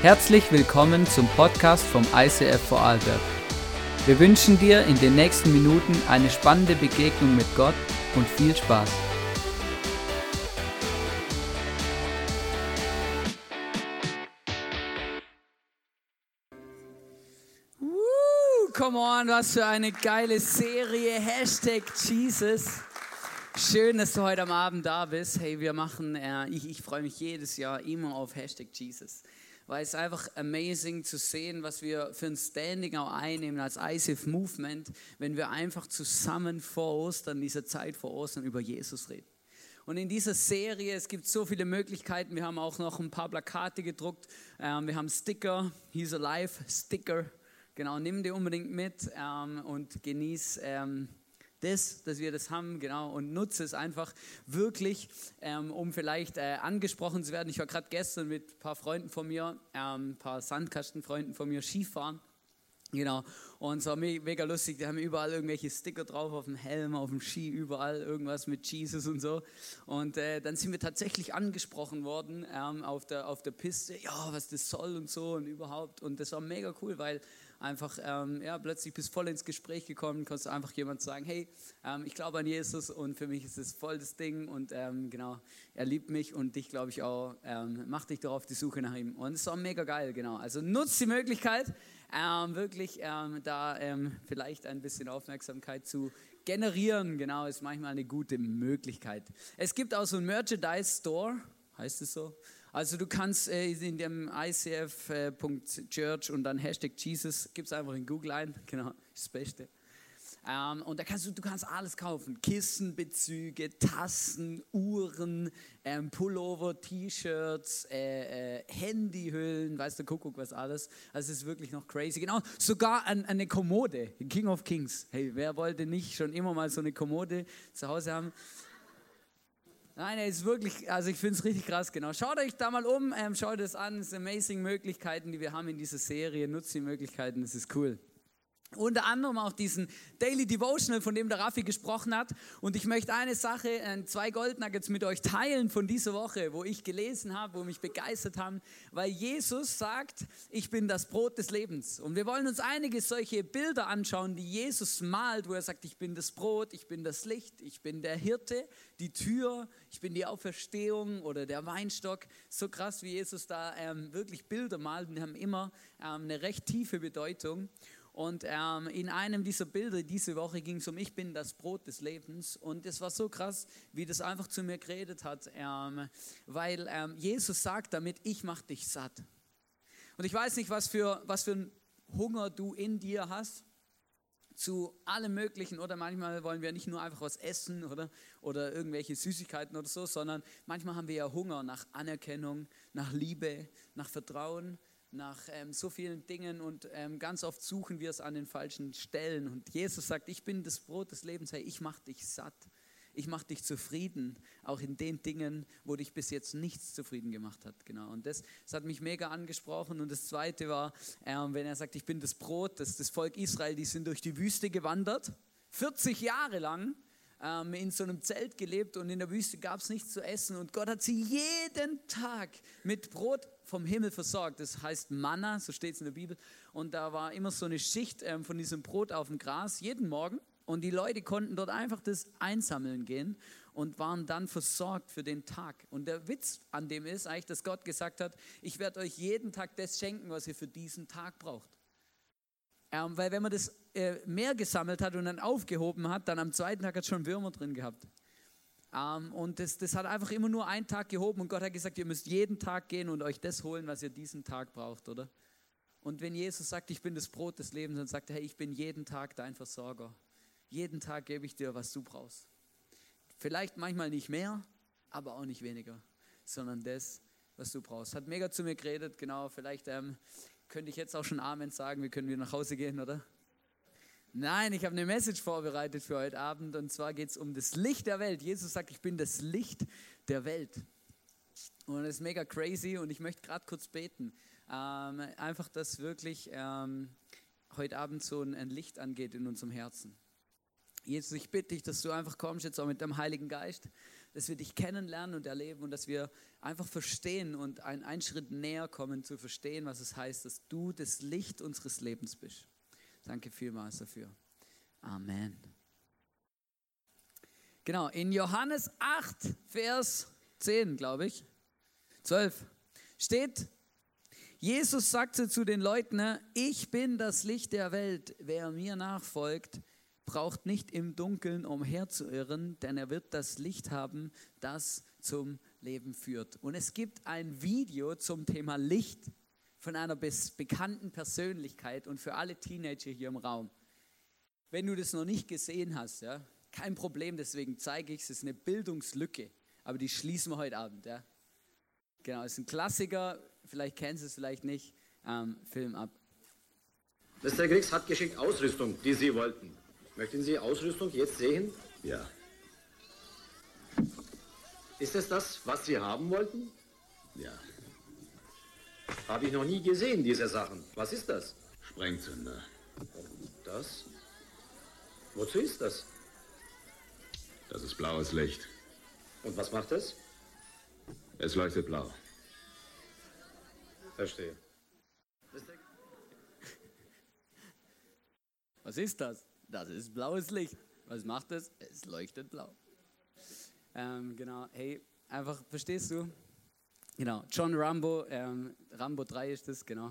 Herzlich willkommen zum Podcast vom ICF Vorarlberg. Wir wünschen dir in den nächsten Minuten eine spannende Begegnung mit Gott und viel Spaß. Come on, was für eine geile Serie, #Jesus. Schön, dass du heute am Abend da bist. Hey, wir machen, ich freue mich jedes Jahr immer auf #Jesus. Weil es einfach amazing zu sehen, was wir für ein Standing auch einnehmen als ICF Movement, wenn wir einfach zusammen vor Ostern, dieser Zeit vor Ostern, über Jesus reden. Und in dieser Serie, es gibt so viele Möglichkeiten, wir haben auch noch ein paar Plakate gedruckt, wir haben Sticker, He's Alive, Sticker, genau, nimm die unbedingt mit und genieß dass wir das haben, genau, und nutze es einfach wirklich, um vielleicht angesprochen zu werden. Ich war gerade gestern mit ein paar Freunden von mir, ein paar Sandkastenfreunden von mir Skifahren, genau, und es war mega lustig, die haben überall irgendwelche Sticker drauf, auf dem Helm, auf dem Ski, überall irgendwas mit Jesus und so, und dann sind wir tatsächlich angesprochen worden auf der Piste, ja, was das soll und so und überhaupt, und das war mega cool, weil einfach, plötzlich bist voll ins Gespräch gekommen, kannst du einfach jemand sagen, hey, ich glaube an Jesus und für mich ist es voll das Ding und genau, er liebt mich und dich glaube ich auch, mach dich doch auf die Suche nach ihm. Und es war mega geil, genau. Also nutzt die Möglichkeit, wirklich da vielleicht ein bisschen Aufmerksamkeit zu generieren, genau, ist manchmal eine gute Möglichkeit. Es gibt auch so einen Merchandise-Store, heißt es so? Also du kannst in dem icf.church und dann #Jesus, gib's einfach in Google ein, genau, ist das Beste. Und da du kannst alles kaufen, Kissenbezüge, Tassen, Uhren, Pullover, T-Shirts, Handyhüllen, weißt du, Kuckuck, was alles. Also es ist wirklich noch crazy. Genau, sogar eine Kommode, King of Kings. Hey, wer wollte nicht schon immer mal so eine Kommode zu Hause haben? Nein, er ist wirklich, also ich finde es richtig krass, genau. Schaut euch da mal um, schaut es an, es sind amazing Möglichkeiten, die wir haben in dieser Serie, nutzt die Möglichkeiten, das ist cool. Unter anderem auch diesen Daily Devotional, von dem der Raffi gesprochen hat. Und ich möchte eine Sache, 2 Goldnuggets mit euch teilen von dieser Woche, wo ich gelesen habe, wo mich begeistert haben, weil Jesus sagt, ich bin das Brot des Lebens. Und wir wollen uns einige solche Bilder anschauen, die Jesus malt, wo er sagt, ich bin das Brot, ich bin das Licht, ich bin der Hirte, die Tür, ich bin die Auferstehung oder der Weinstock. So krass, wie Jesus da wirklich Bilder malt und die haben immer eine recht tiefe Bedeutung. Und in einem dieser Bilder diese Woche ging es um, ich bin das Brot des Lebens. Und es war so krass, wie das einfach zu mir geredet hat, weil Jesus sagt damit, ich mache dich satt. Und ich weiß nicht, was für einen Hunger du in dir hast, zu allem Möglichen, oder manchmal wollen wir nicht nur einfach was essen oder irgendwelche Süßigkeiten oder so, sondern manchmal haben wir ja Hunger nach Anerkennung, nach Liebe, nach Vertrauen, nach so vielen Dingen und ganz oft suchen wir es an den falschen Stellen. Und Jesus sagt, ich bin das Brot des Lebens, hey, ich mache dich satt. Ich mache dich zufrieden, auch in den Dingen, wo dich bis jetzt nichts zufrieden gemacht hat. Genau. Und das hat mich mega angesprochen. Und das Zweite war, wenn er sagt, ich bin das Brot, das Volk Israel, die sind durch die Wüste gewandert, 40 Jahre lang in so einem Zelt gelebt und in der Wüste gab es nichts zu essen. Und Gott hat sie jeden Tag mit Brot vom Himmel versorgt. Das heißt Manna, so steht es in der Bibel. Und da war immer so eine Schicht von diesem Brot auf dem Gras, jeden Morgen. Und die Leute konnten dort einfach das einsammeln gehen und waren dann versorgt für den Tag. Und der Witz an dem ist eigentlich, dass Gott gesagt hat, ich werde euch jeden Tag das schenken, was ihr für diesen Tag braucht. Weil wenn man das mehr gesammelt hat und dann aufgehoben hat, dann am zweiten Tag hat es schon Würmer drin gehabt. Und das hat einfach immer nur einen Tag gehoben und Gott hat gesagt, ihr müsst jeden Tag gehen und euch das holen, was ihr diesen Tag braucht, oder? Und wenn Jesus sagt, ich bin das Brot des Lebens, dann sagt er, hey, ich bin jeden Tag dein Versorger. Jeden Tag gebe ich dir, was du brauchst. Vielleicht manchmal nicht mehr, aber auch nicht weniger, sondern das, was du brauchst. Hat mega zu mir geredet, genau, vielleicht könnte ich jetzt auch schon Amen sagen, wir können wieder nach Hause gehen, oder? Nein, ich habe eine Message vorbereitet für heute Abend und zwar geht es um das Licht der Welt. Jesus sagt, ich bin das Licht der Welt. Und das ist mega crazy und ich möchte gerade kurz beten. Einfach, dass wirklich heute Abend so ein Licht angeht in unserem Herzen. Jesus, ich bitte dich, dass du einfach kommst jetzt auch mit deinem Heiligen Geist, dass wir dich kennenlernen und erleben und dass wir einfach verstehen und einen Schritt näher kommen zu verstehen, was es heißt, dass du das Licht unseres Lebens bist. Danke vielmals dafür. Amen. Genau, in Johannes 8, Vers 10, glaube ich, 12, steht, Jesus sagte zu den Leuten, ich bin das Licht der Welt, wer mir nachfolgt, braucht nicht im Dunkeln umherzuirren, denn er wird das Licht haben, das zum Leben führt. Und es gibt ein Video zum Thema Licht von einer bekannten Persönlichkeit und für alle Teenager hier im Raum. Wenn du das noch nicht gesehen hast, ja, kein Problem, deswegen zeige ich es, es ist eine Bildungslücke, aber die schließen wir heute Abend. Ja. Genau, es ist ein Klassiker, vielleicht kennst du es, vielleicht nicht, Film ab. Mr. Griggs hat geschickt Ausrüstung, die Sie wollten. Möchten Sie Ausrüstung jetzt sehen? Ja. Ist es das, was Sie haben wollten? Ja. Habe ich noch nie gesehen, diese Sachen. Was ist das? Sprengzünder. Das? Wozu ist das? Das ist blaues Licht. Und was macht es? Es leuchtet blau. Verstehe. Was ist das? Das ist blaues Licht. Was macht es? Es leuchtet blau. Genau, hey, einfach, verstehst du? Genau, John Rambo, Rambo 3 ist das, genau.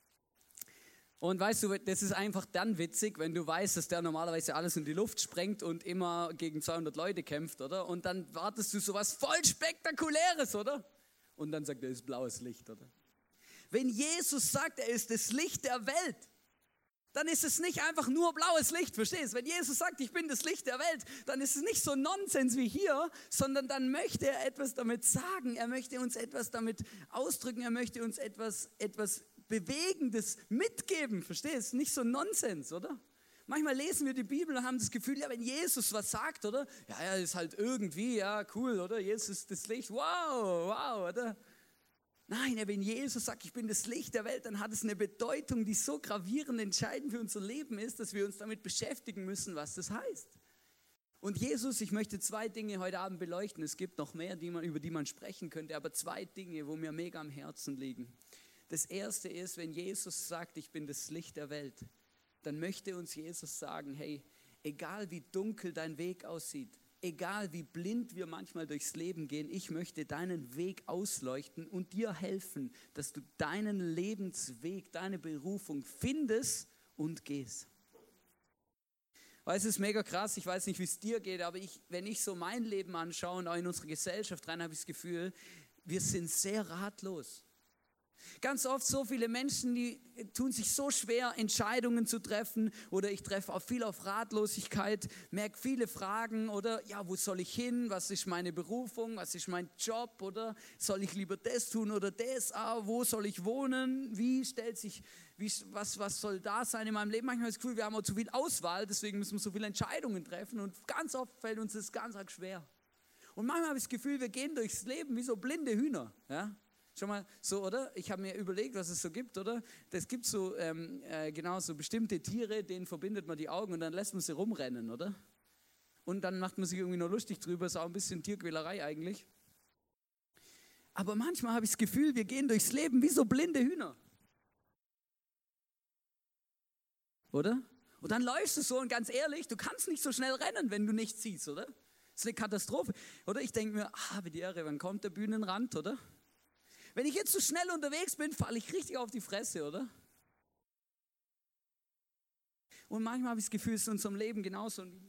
Und weißt du, das ist einfach dann witzig, wenn du weißt, dass der normalerweise alles in die Luft sprengt und immer gegen 200 Leute kämpft, oder? Und dann wartest du sowas voll Spektakuläres, oder? Und dann sagt er, es ist blaues Licht, oder? Wenn Jesus sagt, er ist das Licht der Welt, dann ist es nicht einfach nur blaues Licht, verstehst du? Wenn Jesus sagt, ich bin das Licht der Welt, dann ist es nicht so Nonsens wie hier, sondern dann möchte er etwas damit sagen, er möchte uns etwas damit ausdrücken, er möchte uns etwas Bewegendes mitgeben, verstehst du? Nicht so Nonsens, oder? Manchmal lesen wir die Bibel und haben das Gefühl, ja, wenn Jesus was sagt, oder? Ja, er ist halt irgendwie, ja, cool, oder? Jesus ist das Licht, wow, oder? Nein, wenn Jesus sagt, ich bin das Licht der Welt, dann hat es eine Bedeutung, die so gravierend entscheidend für unser Leben ist, dass wir uns damit beschäftigen müssen, was das heißt. Und Jesus, ich möchte 2 Dinge heute Abend beleuchten. Es gibt noch mehr, über die man sprechen könnte, aber 2 Dinge, wo mir mega am Herzen liegen. Das erste ist, wenn Jesus sagt, ich bin das Licht der Welt, dann möchte uns Jesus sagen, hey, egal wie dunkel dein Weg aussieht, egal wie blind wir manchmal durchs Leben gehen, ich möchte deinen Weg ausleuchten und dir helfen, dass du deinen Lebensweg, deine Berufung findest und gehst. Weißt du, es ist mega krass, ich weiß nicht, wie es dir geht, aber wenn ich so mein Leben anschaue und auch in unsere Gesellschaft rein, habe ich das Gefühl, wir sind sehr ratlos. Ganz oft so viele Menschen, die tun sich so schwer, Entscheidungen zu treffen, oder ich treffe auch viel auf Ratlosigkeit, merke viele Fragen, oder ja, wo soll ich hin, was ist meine Berufung, was ist mein Job, oder soll ich lieber das tun oder das, wo soll ich wohnen, was soll da sein in meinem Leben. Manchmal habe ich das Gefühl, wir haben auch zu viel Auswahl, deswegen müssen wir so viele Entscheidungen treffen und ganz oft fällt uns das ganz arg schwer. Und manchmal habe ich das Gefühl, wir gehen durchs Leben wie so blinde Hühner, ja. Schon mal so, oder? Ich habe mir überlegt, was es so gibt, oder? Es gibt so, genau, so bestimmte Tiere, denen verbindet man die Augen und dann lässt man sie rumrennen, oder? Und dann macht man sich irgendwie noch lustig drüber, ist auch ein bisschen Tierquälerei eigentlich. Aber manchmal habe ich das Gefühl, wir gehen durchs Leben wie so blinde Hühner. Oder? Und dann läufst du so und ganz ehrlich, du kannst nicht so schnell rennen, wenn du nichts siehst, oder? Das ist eine Katastrophe. Oder ich denke mir, wie die Ehre, wann kommt der Bühnenrand, oder? Wenn ich jetzt so schnell unterwegs bin, falle ich richtig auf die Fresse, oder? Und manchmal habe ich das Gefühl, es ist in unserem Leben genauso. Und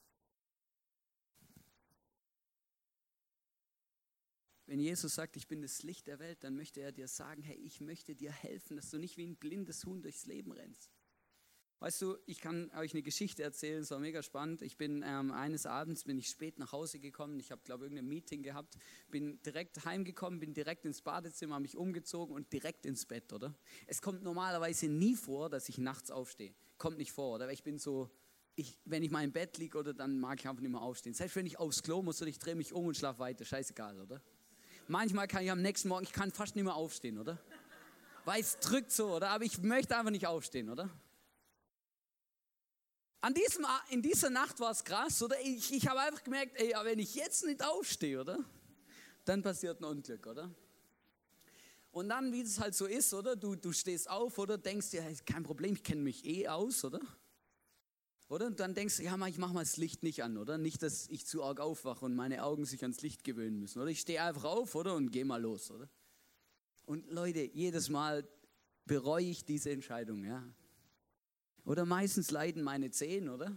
wenn Jesus sagt, ich bin das Licht der Welt, dann möchte er dir sagen, hey, ich möchte dir helfen, dass du nicht wie ein blindes Huhn durchs Leben rennst. Weißt du, ich kann euch eine Geschichte erzählen, es war mega spannend. Ich bin eines Abends, bin ich spät nach Hause gekommen, ich habe, glaube ich, irgendein Meeting gehabt, bin direkt heimgekommen, bin direkt ins Badezimmer, habe mich umgezogen und direkt ins Bett, oder? Es kommt normalerweise nie vor, dass ich nachts aufstehe. Kommt nicht vor, oder? Weil ich bin so, wenn ich mal im Bett liege, oder, dann mag ich einfach nicht mehr aufstehen. Selbst wenn ich aufs Klo muss, oder ich drehe mich um und schlafe weiter, scheißegal, oder? Manchmal kann ich am nächsten Morgen, ich kann fast nicht mehr aufstehen, oder? Weil es drückt so, oder? Aber ich möchte einfach nicht aufstehen, oder? In dieser Nacht war es krass, oder? Ich habe einfach gemerkt, ey, wenn ich jetzt nicht aufstehe, oder? Dann passiert ein Unglück, oder? Und dann, wie es halt so ist, oder? Du stehst auf, oder? Denkst dir, hey, kein Problem, ich kenne mich eh aus, oder? Oder? Und dann denkst du, ja, ich mache mal das Licht nicht an, oder? Nicht, dass ich zu arg aufwache und meine Augen sich ans Licht gewöhnen müssen, oder? Ich stehe einfach auf, oder? Und gehe mal los, oder? Und Leute, jedes Mal bereue ich diese Entscheidung, ja? Oder meistens leiden meine Zehen, oder?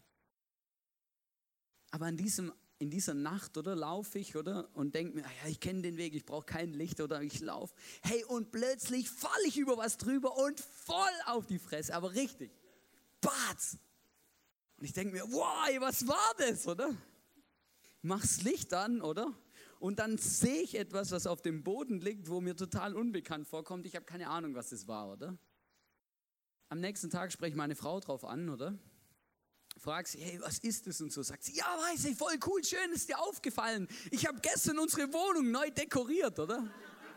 Aber in dieser Nacht, oder, laufe ich, oder, und denke mir, ja, ich kenne den Weg, ich brauche kein Licht, oder, ich laufe. Hey, und plötzlich falle ich über was drüber und voll auf die Fresse, aber richtig. Batz! Und ich denke mir, wow, was war das, oder? Mach's Licht an, oder? Und dann sehe ich etwas, was auf dem Boden liegt, wo mir total unbekannt vorkommt. Ich habe keine Ahnung, was das war, oder? Am nächsten Tag spreche ich meine Frau drauf an, oder? Frag sie, hey, was ist das und so. Sagt sie, ja, weiß ich, voll cool, schön, ist dir aufgefallen. Ich habe gestern unsere Wohnung neu dekoriert, oder?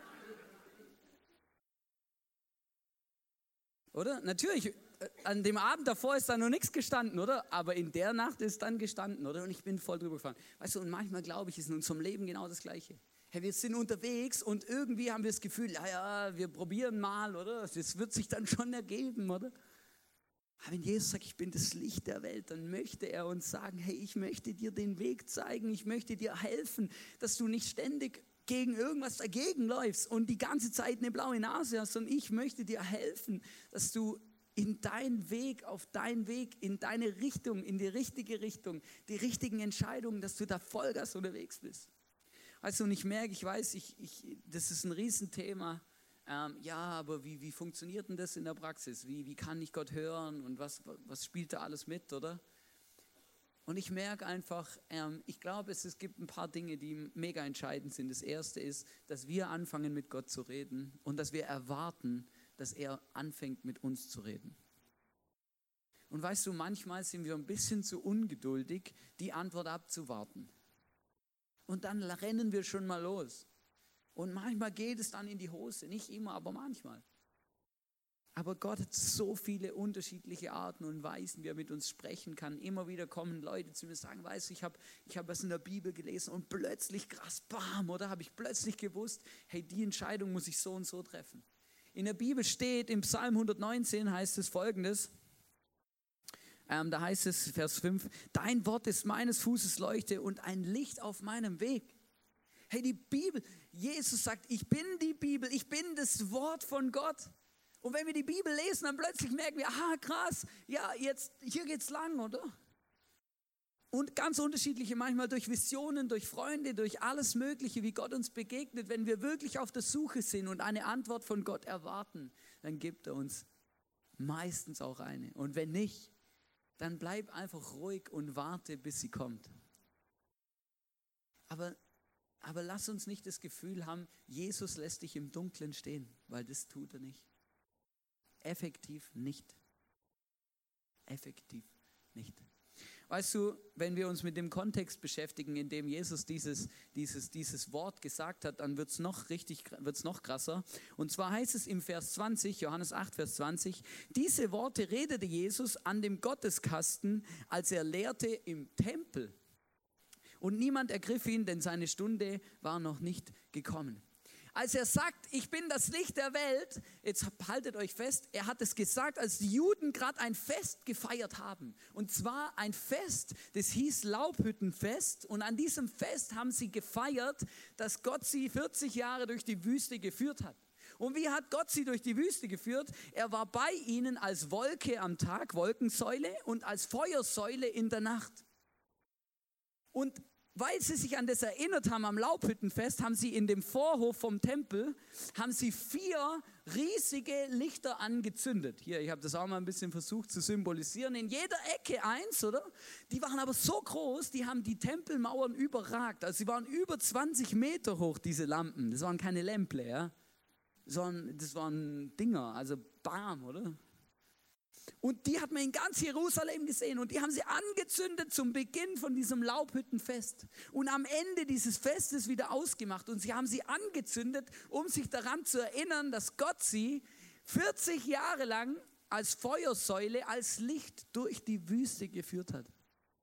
Oder? Natürlich, an dem Abend davor ist da noch nichts gestanden, oder? Aber in der Nacht ist dann gestanden, oder? Und ich bin voll drüber gefahren. Weißt du, und manchmal glaube ich, ist in unserem Leben genau das Gleiche. Hey, wir sind unterwegs und irgendwie haben wir das Gefühl, ja, wir probieren mal, oder? Das wird sich dann schon ergeben, oder? Aber wenn Jesus sagt, ich bin das Licht der Welt, dann möchte er uns sagen, hey, ich möchte dir den Weg zeigen, ich möchte dir helfen, dass du nicht ständig gegen irgendwas dagegen läufst und die ganze Zeit eine blaue Nase hast, sondern ich möchte dir helfen, dass du in deinen Weg, auf deinen Weg, in deine Richtung, in die richtige Richtung, die richtigen Entscheidungen, dass du da Vollgas unterwegs bist. Also, und ich merke, ich weiß, das ist ein Riesenthema. Ja, aber wie funktioniert denn das in der Praxis? Wie kann ich Gott hören und was spielt da alles mit, oder? Und ich merke einfach, ich glaube, es gibt ein paar Dinge, die mega entscheidend sind. Das erste ist, dass wir anfangen, mit Gott zu reden und dass wir erwarten, dass er anfängt, mit uns zu reden. Und weißt du, manchmal sind wir ein bisschen zu ungeduldig, die Antwort abzuwarten. Und dann rennen wir schon mal los. Und manchmal geht es dann in die Hose. Nicht immer, aber manchmal. Aber Gott hat so viele unterschiedliche Arten und Weisen, wie er mit uns sprechen kann. Immer wieder kommen Leute zu mir und sagen, weißt du, ich hab was in der Bibel gelesen und plötzlich krass, bam, oder habe ich plötzlich gewusst, hey, die Entscheidung muss ich so und so treffen. In der Bibel steht, im Psalm 119 heißt es Folgendes, da heißt es, Vers 5, dein Wort ist meines Fußes Leuchte und ein Licht auf meinem Weg. Hey, die Bibel, Jesus sagt, ich bin die Bibel, ich bin das Wort von Gott. Und wenn wir die Bibel lesen, dann plötzlich merken wir, aha, krass, ja, jetzt, hier geht's lang, oder? Und ganz unterschiedliche, manchmal durch Visionen, durch Freunde, durch alles Mögliche, wie Gott uns begegnet. Wenn wir wirklich auf der Suche sind und eine Antwort von Gott erwarten, dann gibt er uns meistens auch eine. Und wenn nicht, dann bleib einfach ruhig und warte, bis sie kommt. Aber lass uns nicht das Gefühl haben, Jesus lässt dich im Dunkeln stehen, weil das tut er nicht. Effektiv nicht. Effektiv nicht. Weißt du, wenn wir uns mit dem Kontext beschäftigen, in dem Jesus dieses Wort gesagt hat, dann wird's noch krasser. Und zwar heißt es im Vers 20, Johannes 8, Vers 20, diese Worte redete Jesus an dem Gotteskasten, als er lehrte im Tempel. Und niemand ergriff ihn, denn seine Stunde war noch nicht gekommen. Als er sagt, ich bin das Licht der Welt, jetzt haltet euch fest, er hat es gesagt, als die Juden gerade ein Fest gefeiert haben. Und zwar ein Fest, das hieß Laubhüttenfest. Und an diesem Fest haben sie gefeiert, dass Gott sie 40 Jahre durch die Wüste geführt hat. Und wie hat Gott sie durch die Wüste geführt? Er war bei ihnen als Wolke am Tag, Wolkensäule, und als Feuersäule in der Nacht. Und weil sie sich an das erinnert haben am Laubhüttenfest, haben sie in dem Vorhof vom Tempel, haben sie 4 riesige Lichter angezündet. Hier, ich habe das auch mal ein bisschen versucht zu symbolisieren. In jeder Ecke eins, oder? Die waren aber so groß, die haben die Tempelmauern überragt. Also sie waren über 20 Meter hoch, diese Lampen. Das waren keine Lämple, ja? Sondern das waren Dinger, also bam, oder? Und die hat man in ganz Jerusalem gesehen und die haben sie angezündet zum Beginn von diesem Laubhüttenfest und am Ende dieses Festes wieder ausgemacht und sie haben sie angezündet, um sich daran zu erinnern, dass Gott sie 40 Jahre lang als Feuersäule, als Licht durch die Wüste geführt hat.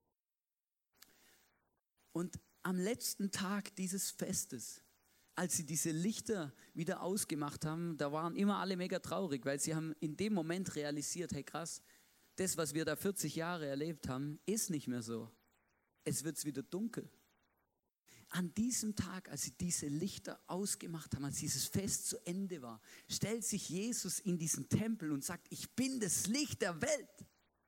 Und am letzten Tag dieses Festes, als sie diese Lichter wieder ausgemacht haben, da waren immer alle mega traurig, weil sie haben in dem Moment realisiert, hey krass, das, was wir da 40 Jahre erlebt haben, ist nicht mehr so. Es wird wieder dunkel. An diesem Tag, als sie diese Lichter ausgemacht haben, als dieses Fest zu Ende war, stellt sich Jesus in diesen Tempel und sagt, ich bin das Licht der Welt.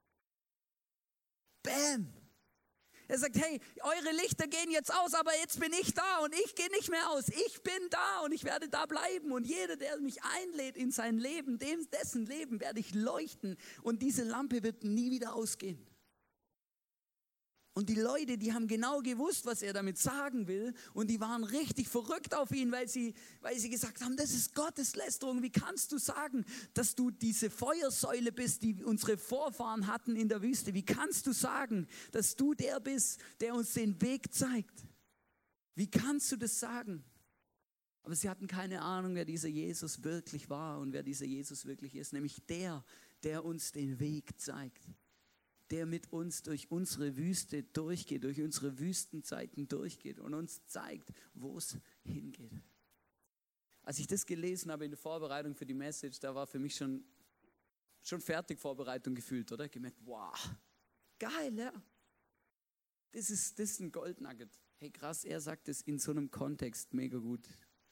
Bam! Er sagt, hey, eure Lichter gehen jetzt aus, aber jetzt bin ich da und ich gehe nicht mehr aus. Ich bin da und ich werde da bleiben. Und jeder, der mich einlädt in sein Leben, dessen Leben werde ich leuchten. Und diese Lampe wird nie wieder ausgehen. Und die Leute, die haben genau gewusst, was er damit sagen will. Und die waren richtig verrückt auf ihn, weil sie gesagt haben, das ist Gotteslästerung. Wie kannst du sagen, dass du diese Feuersäule bist, die unsere Vorfahren hatten in der Wüste? Wie kannst du sagen, dass du der bist, der uns den Weg zeigt? Wie kannst du das sagen? Aber sie hatten keine Ahnung, wer dieser Jesus wirklich war und wer dieser Jesus wirklich ist. Nämlich der uns den Weg zeigt. Der mit uns durch unsere Wüste durchgeht, durch unsere Wüstenzeiten durchgeht und uns zeigt, wo es hingeht. Als ich das gelesen habe in der Vorbereitung für die Message, da war für mich schon fertig Vorbereitung gefühlt, oder? Gemerkt, wow, geil, ja. Das ist ein Goldnugget. Hey krass, er sagt es in so einem Kontext mega gut.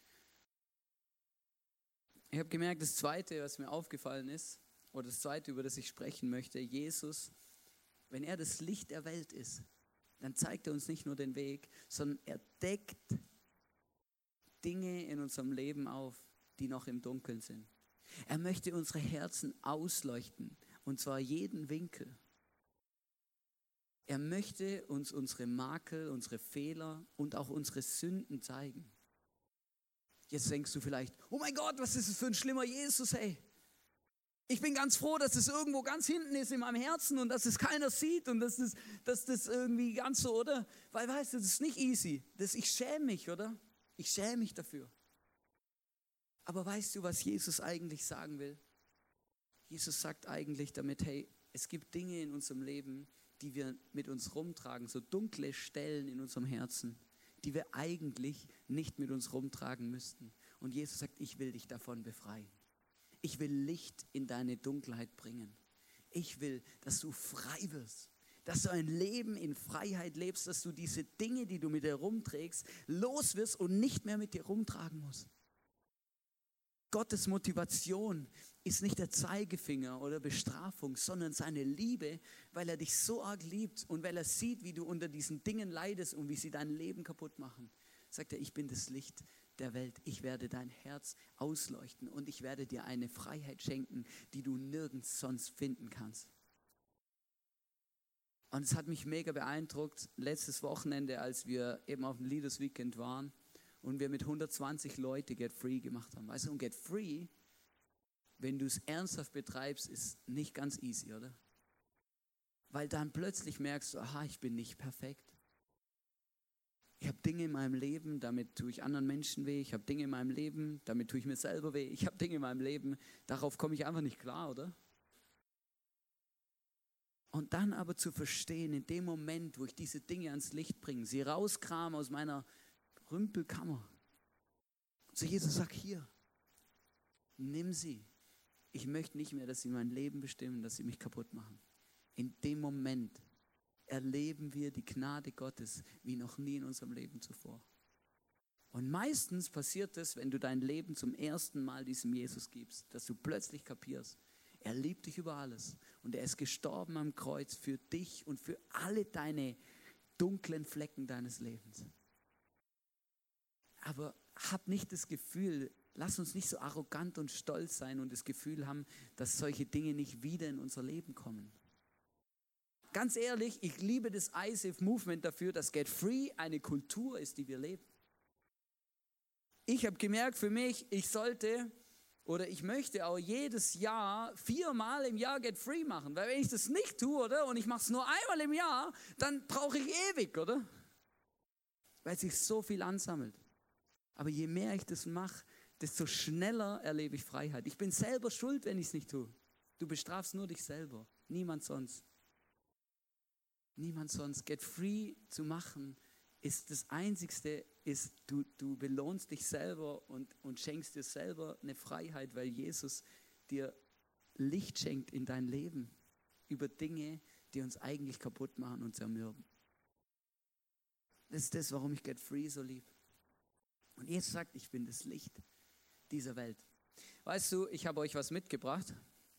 Ich habe gemerkt, das Zweite, was mir aufgefallen ist, oder das Zweite, über das ich sprechen möchte, Jesus, wenn er das Licht der Welt ist, dann zeigt er uns nicht nur den Weg, sondern er deckt Dinge in unserem Leben auf, die noch im Dunkeln sind. Er möchte unsere Herzen ausleuchten, und zwar jeden Winkel. Er möchte uns unsere Makel, unsere Fehler und auch unsere Sünden zeigen. Jetzt denkst du vielleicht, oh mein Gott, was ist das für ein schlimmer Jesus, hey. Ich bin ganz froh, dass es irgendwo ganz hinten ist in meinem Herzen und dass es keiner sieht und dass das irgendwie ganz so, oder? Weil, weißt du, das ist nicht easy. Ich schäme mich, oder? Ich schäme mich dafür. Aber weißt du, was Jesus eigentlich sagen will? Jesus sagt eigentlich damit, hey, es gibt Dinge in unserem Leben, die wir mit uns rumtragen, so dunkle Stellen in unserem Herzen, die wir eigentlich nicht mit uns rumtragen müssten. Und Jesus sagt, ich will dich davon befreien. Ich will Licht in deine Dunkelheit bringen. Ich will, dass du frei wirst, dass du ein Leben in Freiheit lebst, dass du diese Dinge, die du mit dir rumträgst, los wirst und nicht mehr mit dir rumtragen musst. Gottes Motivation ist nicht der Zeigefinger oder Bestrafung, sondern seine Liebe, weil er dich so arg liebt und weil er sieht, wie du unter diesen Dingen leidest und wie sie dein Leben kaputt machen. Sagt er, ich bin das Licht der Welt. Ich werde dein Herz ausleuchten und ich werde dir eine Freiheit schenken, die du nirgends sonst finden kannst. Und es hat mich mega beeindruckt, letztes Wochenende, als wir eben auf dem Leaders Weekend waren und wir mit 120 Leute Get Free gemacht haben. Weißt du, und Get Free, wenn du es ernsthaft betreibst, ist nicht ganz easy, oder? Weil dann plötzlich merkst du, aha, ich bin nicht perfekt. Ich habe Dinge in meinem Leben, damit tue ich anderen Menschen weh. Ich habe Dinge in meinem Leben, damit tue ich mir selber weh. Ich habe Dinge in meinem Leben, darauf komme ich einfach nicht klar, oder? Und dann aber zu verstehen, in dem Moment, wo ich diese Dinge ans Licht bringe, sie rauskram aus meiner Rümpelkammer. Zu Jesus sag, hier, nimm sie. Ich möchte nicht mehr, dass sie mein Leben bestimmen, dass sie mich kaputt machen. In dem Moment erleben wir die Gnade Gottes wie noch nie in unserem Leben zuvor. Und meistens passiert es, wenn du dein Leben zum ersten Mal diesem Jesus gibst, dass du plötzlich kapierst, er liebt dich über alles und er ist gestorben am Kreuz für dich und für alle deine dunklen Flecken deines Lebens. Aber hab nicht das Gefühl, lass uns nicht so arrogant und stolz sein und das Gefühl haben, dass solche Dinge nicht wieder in unser Leben kommen. Ganz ehrlich, ich liebe das ISAF-Movement dafür, dass Get Free eine Kultur ist, die wir leben. Ich habe gemerkt für mich, ich möchte auch jedes Jahr 4-mal im Jahr Get Free machen. Weil wenn ich das nicht tue, oder, und ich mache es nur einmal im Jahr, dann brauche ich ewig, oder? Weil sich so viel ansammelt. Aber je mehr ich das mache, desto schneller erlebe ich Freiheit. Ich bin selber schuld, wenn ich es nicht tue. Du bestrafst nur dich selber, niemand sonst. Niemand sonst. Get free zu machen ist das Einzigste, ist, du belohnst dich selber und schenkst dir selber eine Freiheit, weil Jesus dir Licht schenkt in dein Leben über Dinge, die uns eigentlich kaputt machen und zermürben. Das ist das, warum ich Get Free so lieb. Und Jesus sagt, ich bin das Licht dieser Welt. Weißt du, ich habe euch was mitgebracht.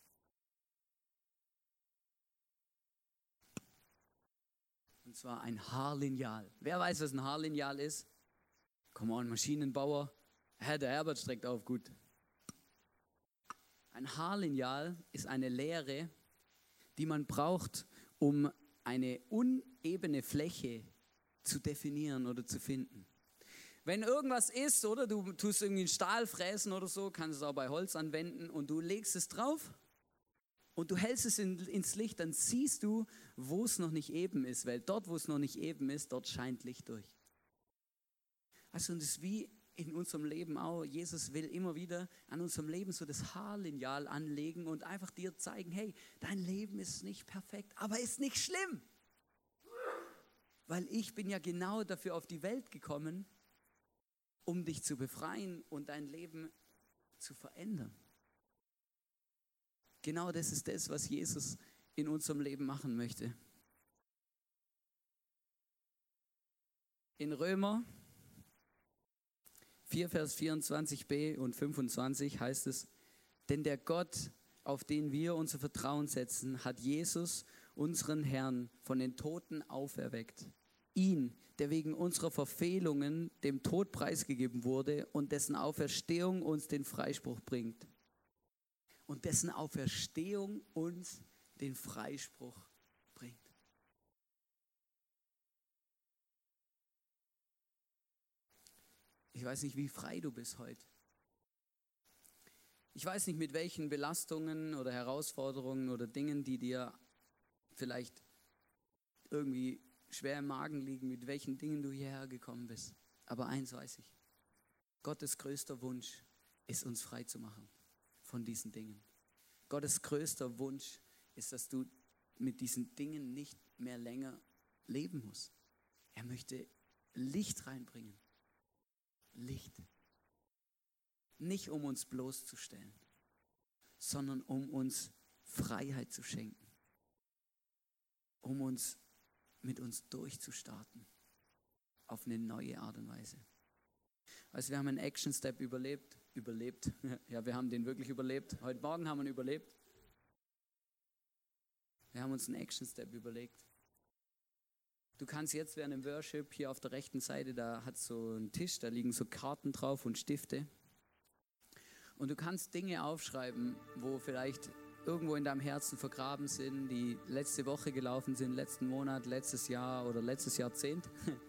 Und zwar ein Haarlineal. Wer weiß, was ein Haarlineal ist? Come on, Maschinenbauer. Der Herbert streckt auf, gut. Ein Haarlineal ist eine Lehre, die man braucht, um eine unebene Fläche zu definieren oder zu finden. Wenn irgendwas ist, oder du tust irgendwie einen Stahl fräsen oder so, kannst du es auch bei Holz anwenden und du legst es drauf und du hältst es ins Licht, dann siehst du, wo es noch nicht eben ist, weil dort, wo es noch nicht eben ist, dort scheint Licht durch. Also und das ist wie in unserem Leben auch. Jesus will immer wieder an unserem Leben so das Haarlineal anlegen und einfach dir zeigen, hey, dein Leben ist nicht perfekt, aber ist nicht schlimm. Weil ich bin ja genau dafür auf die Welt gekommen, um dich zu befreien und dein Leben zu verändern. Genau das ist das, was Jesus in unserem Leben machen möchte. In Römer 4, Vers 24b und 25 heißt es, denn der Gott, auf den wir unser Vertrauen setzen, hat Jesus, unseren Herrn, von den Toten auferweckt. Ihn, der wegen unserer Verfehlungen dem Tod preisgegeben wurde und dessen Auferstehung uns den Freispruch bringt. Und dessen Auferstehung uns den Freispruch bringt. Ich weiß nicht, wie frei du bist heute. Ich weiß nicht, mit welchen Belastungen oder Herausforderungen oder Dingen, die dir vielleicht irgendwie schwer im Magen liegen, mit welchen Dingen du hierher gekommen bist. Aber eins weiß ich. Gottes größter Wunsch ist, uns frei zu machen von diesen Dingen. Gottes größter Wunsch ist, dass du mit diesen Dingen nicht mehr länger leben musst. Er möchte Licht reinbringen. Licht. Nicht um uns bloßzustellen, sondern um uns Freiheit zu schenken. Um mit uns durchzustarten. Auf eine neue Art und Weise. Also wir haben einen Action-Step überlebt. Ja, wir haben den wirklich überlebt. Heute Morgen haben wir ihn überlebt. Wir haben uns einen Action-Step überlegt. Du kannst jetzt während dem Worship hier auf der rechten Seite, da hat so einen Tisch, da liegen so Karten drauf und Stifte. Und du kannst Dinge aufschreiben, wo vielleicht irgendwo in deinem Herzen vergraben sind, die letzte Woche gelaufen sind, letzten Monat, letztes Jahr oder letztes Jahrzehnt.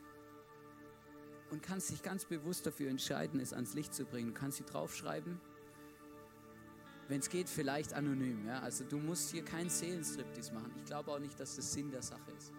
Und kannst dich ganz bewusst dafür entscheiden, es ans Licht zu bringen. Du kannst sie draufschreiben, wenn es geht, vielleicht anonym. Ja? Also du musst hier keinen Seelenstriptease machen. Ich glaube auch nicht, dass das Sinn der Sache ist.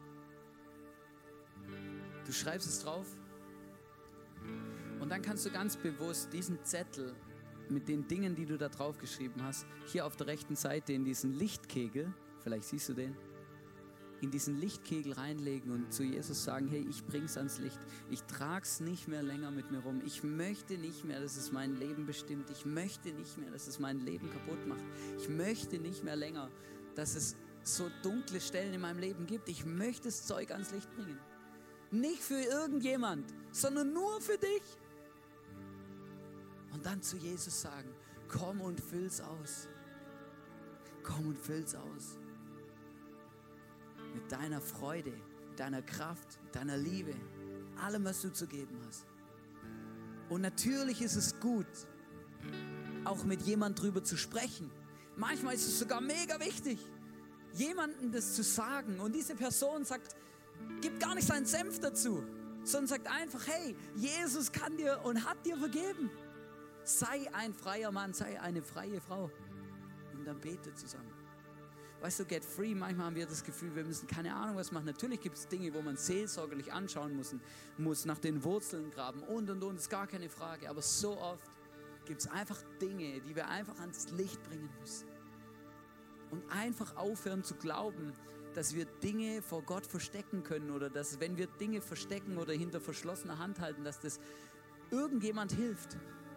Du schreibst es drauf und dann kannst du ganz bewusst diesen Zettel mit den Dingen, die du da drauf geschrieben hast, hier auf der rechten Seite in diesen Lichtkegel, vielleicht siehst du den, in diesen Lichtkegel reinlegen und zu Jesus sagen, hey, ich bring's ans Licht. Ich trag's nicht mehr länger mit mir rum. Ich möchte nicht mehr, dass es mein Leben bestimmt. Ich möchte nicht mehr, dass es mein Leben kaputt macht. Ich möchte nicht mehr länger, dass es so dunkle Stellen in meinem Leben gibt. Ich möchte das Zeug ans Licht bringen. Nicht für irgendjemand, sondern nur für dich. Und dann zu Jesus sagen, komm und füll's aus. Komm und füll's aus. Mit deiner Freude, deiner Kraft, deiner Liebe, allem, was du zu geben hast. Und natürlich ist es gut, auch mit jemandem drüber zu sprechen. Manchmal ist es sogar mega wichtig, jemandem das zu sagen. Und diese Person gibt gar nicht seinen Senf dazu, sondern sagt einfach, hey, Jesus kann dir und hat dir vergeben. Sei ein freier Mann, sei eine freie Frau. Und dann bete zusammen. Weißt du, Get Free, manchmal haben wir das Gefühl, wir müssen keine Ahnung was machen. Natürlich gibt es Dinge, wo man seelsorgerlich anschauen muss, nach den Wurzeln graben und, ist gar keine Frage. Aber so oft gibt es einfach Dinge, die wir einfach ans Licht bringen müssen. Und einfach aufhören zu glauben, dass wir Dinge vor Gott verstecken können oder dass, wenn wir Dinge verstecken oder hinter verschlossener Hand halten, dass das irgendjemand hilft.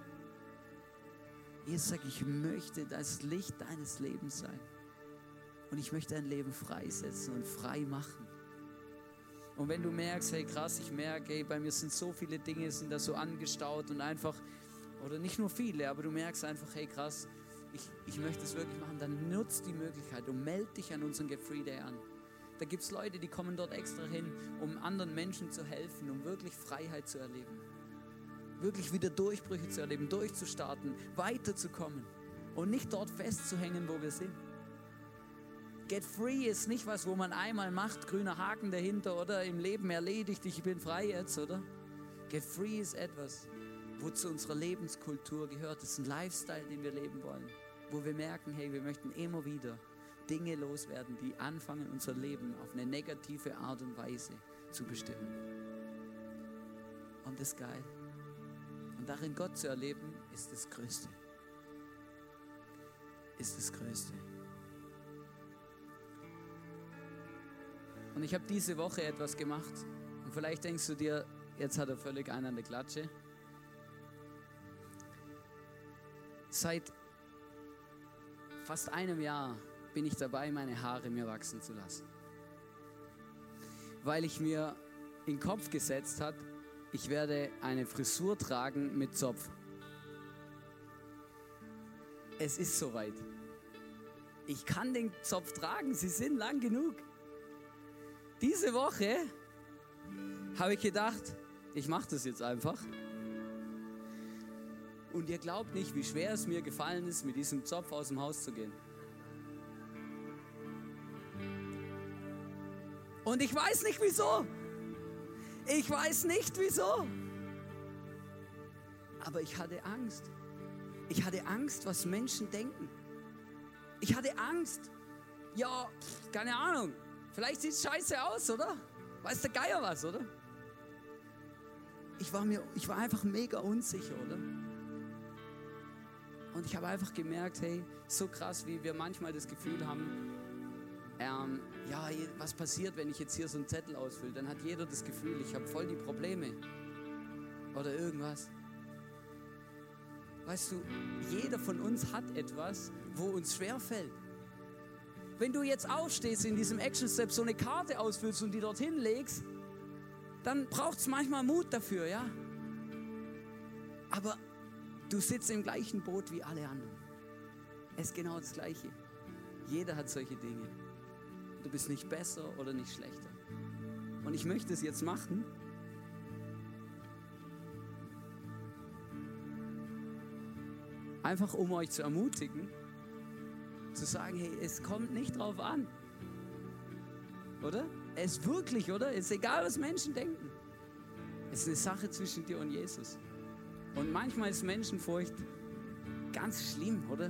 Jesus sagt, ich möchte das Licht deines Lebens sein. Und ich möchte dein Leben freisetzen und frei machen. Und wenn du merkst, hey krass, ich merke, hey, bei mir sind so viele Dinge, sind da so angestaut und einfach, oder nicht nur viele, aber du merkst einfach, hey krass, ich möchte es wirklich machen, dann nutzt die Möglichkeit und melde dich an unseren Get Free Day an. Da gibt es Leute, die kommen dort extra hin, um anderen Menschen zu helfen, um wirklich Freiheit zu erleben. Wirklich wieder Durchbrüche zu erleben, durchzustarten, weiterzukommen und nicht dort festzuhängen, wo wir sind. Get Free ist nicht was, wo man einmal macht, grüner Haken dahinter oder im Leben erledigt, ich bin frei jetzt, oder? Get Free ist etwas, wo zu unserer Lebenskultur gehört. Das ist ein Lifestyle, den wir leben wollen, wo wir merken, hey, wir möchten immer wieder Dinge loswerden, die anfangen, unser Leben auf eine negative Art und Weise zu bestimmen. Und das ist geil. Und darin Gott zu erleben, ist das Größte. Ist das Größte. Und ich habe diese Woche etwas gemacht. Und vielleicht denkst du dir, jetzt hat er völlig einen an der Klatsche. Seit fast einem Jahr bin ich dabei, meine Haare mir wachsen zu lassen. Weil ich mir in den Kopf gesetzt habe, ich werde eine Frisur tragen mit Zopf. Es ist soweit. Ich kann den Zopf tragen, sie sind lang genug. Diese Woche habe ich gedacht, ich mache das jetzt einfach. Und ihr glaubt nicht, wie schwer es mir gefallen ist, mit diesem Zopf aus dem Haus zu gehen. Und ich weiß nicht wieso. Ich weiß nicht wieso. Aber ich hatte Angst. Ich hatte Angst, was Menschen denken. Ich hatte Angst. Ja, keine Ahnung. Vielleicht sieht es scheiße aus, oder? Weiß der Geier was, oder? Ich war einfach mega unsicher, oder? Und ich habe einfach gemerkt, hey, so krass, wie wir manchmal das Gefühl haben, ja, was passiert, wenn ich jetzt hier so einen Zettel ausfülle? Dann hat jeder das Gefühl, ich habe voll die Probleme. Oder irgendwas. Weißt du, jeder von uns hat etwas, wo uns schwerfällt. Wenn du jetzt aufstehst in diesem Action Step, so eine Karte ausfüllst und die dorthin legst, dann braucht es manchmal Mut dafür, ja. Aber du sitzt im gleichen Boot wie alle anderen. Es ist genau das Gleiche. Jeder hat solche Dinge. Du bist nicht besser oder nicht schlechter. Und ich möchte es jetzt machen. Einfach um euch zu ermutigen, zu sagen, hey, es kommt nicht drauf an. Oder? Es ist wirklich, oder? Es ist egal, was Menschen denken. Es ist eine Sache zwischen dir und Jesus. Und manchmal ist Menschenfurcht ganz schlimm, oder?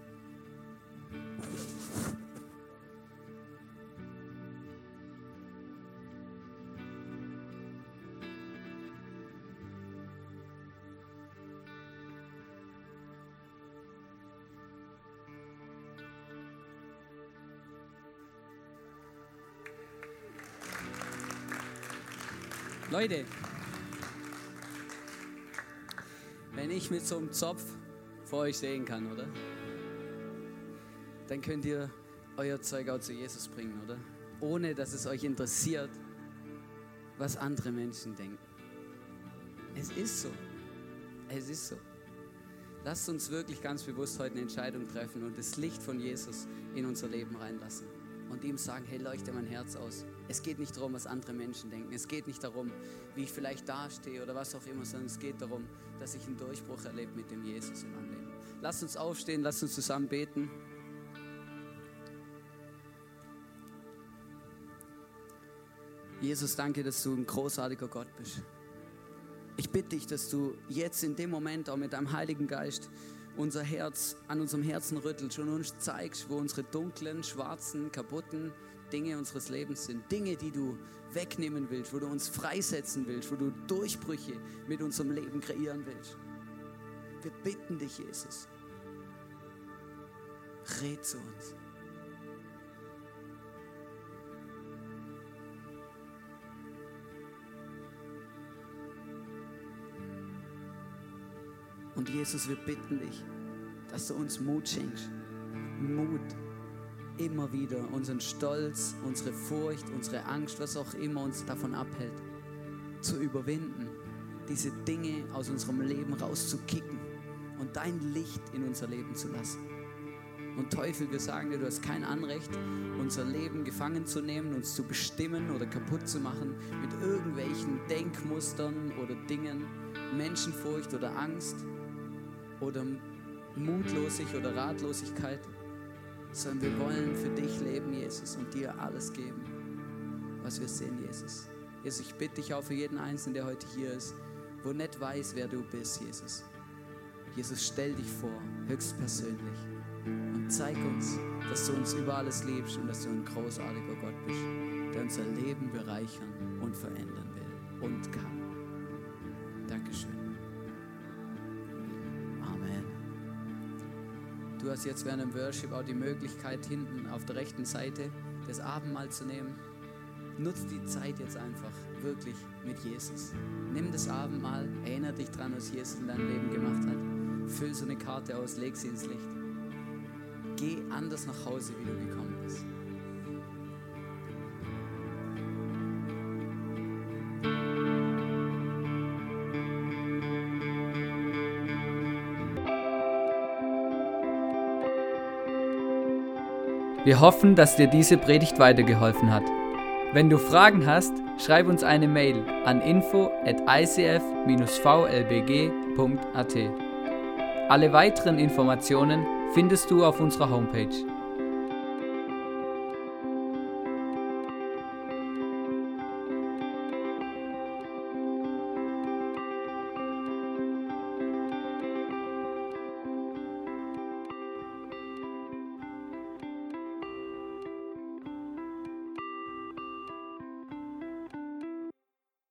Leute, wenn ich mit so einem Zopf vor euch stehen kann, oder? Dann könnt ihr euer Zeug auch zu Jesus bringen, oder? Ohne, dass es euch interessiert, was andere Menschen denken. Es ist so. Es ist so. Lasst uns wirklich ganz bewusst heute eine Entscheidung treffen und das Licht von Jesus in unser Leben reinlassen. Und ihm sagen, hey, leuchte mein Herz aus. Es geht nicht darum, was andere Menschen denken. Es geht nicht darum, wie ich vielleicht dastehe oder was auch immer, sondern es geht darum, dass ich einen Durchbruch erlebe mit dem Jesus in meinem Leben. Lasst uns aufstehen, lasst uns zusammen beten. Jesus, danke, dass du ein großartiger Gott bist. Ich bitte dich, dass du jetzt in dem Moment auch mit deinem Heiligen Geist unser Herz an unserem Herzen rüttelst und uns zeigst, wo unsere dunklen, schwarzen, kaputten Dinge unseres Lebens sind. Dinge, die du wegnehmen willst, wo du uns freisetzen willst, wo du Durchbrüche mit unserem Leben kreieren willst. Wir bitten dich, Jesus. Red zu uns. Und Jesus, wir bitten dich, dass du uns Mut schenkst. Mut, immer wieder unseren Stolz, unsere Furcht, unsere Angst, was auch immer uns davon abhält, zu überwinden, diese Dinge aus unserem Leben rauszukicken und dein Licht in unser Leben zu lassen. Und Teufel, wir sagen dir, du hast kein Anrecht, unser Leben gefangen zu nehmen, uns zu bestimmen oder kaputt zu machen mit irgendwelchen Denkmustern oder Dingen, Menschenfurcht oder Angst oder Mutlosigkeit oder Ratlosigkeit, sondern wir wollen für dich leben, Jesus, und dir alles geben, was wir sehen, Jesus. Jesus, ich bitte dich auch für jeden Einzelnen, der heute hier ist, wo nicht weiß, wer du bist, Jesus. Jesus, stell dich vor, höchstpersönlich, und zeig uns, dass du uns über alles liebst und dass du ein großartiger Gott bist, der unser Leben bereichern und verändern will und kann. Dankeschön. Amen. Du hast jetzt während dem Worship auch die Möglichkeit, hinten auf der rechten Seite das Abendmahl zu nehmen. Nutz die Zeit jetzt einfach wirklich mit Jesus. Nimm das Abendmahl, erinnere dich daran, was Jesus in deinem Leben gemacht hat. Füll so eine Karte aus, leg sie ins Licht. Geh anders nach Hause, wie du gekommen bist. Wir hoffen, dass dir diese Predigt weitergeholfen hat. Wenn du Fragen hast, schreib uns eine Mail an info@icf-vlbg.at. Alle weiteren Informationen findest du auf unserer Homepage.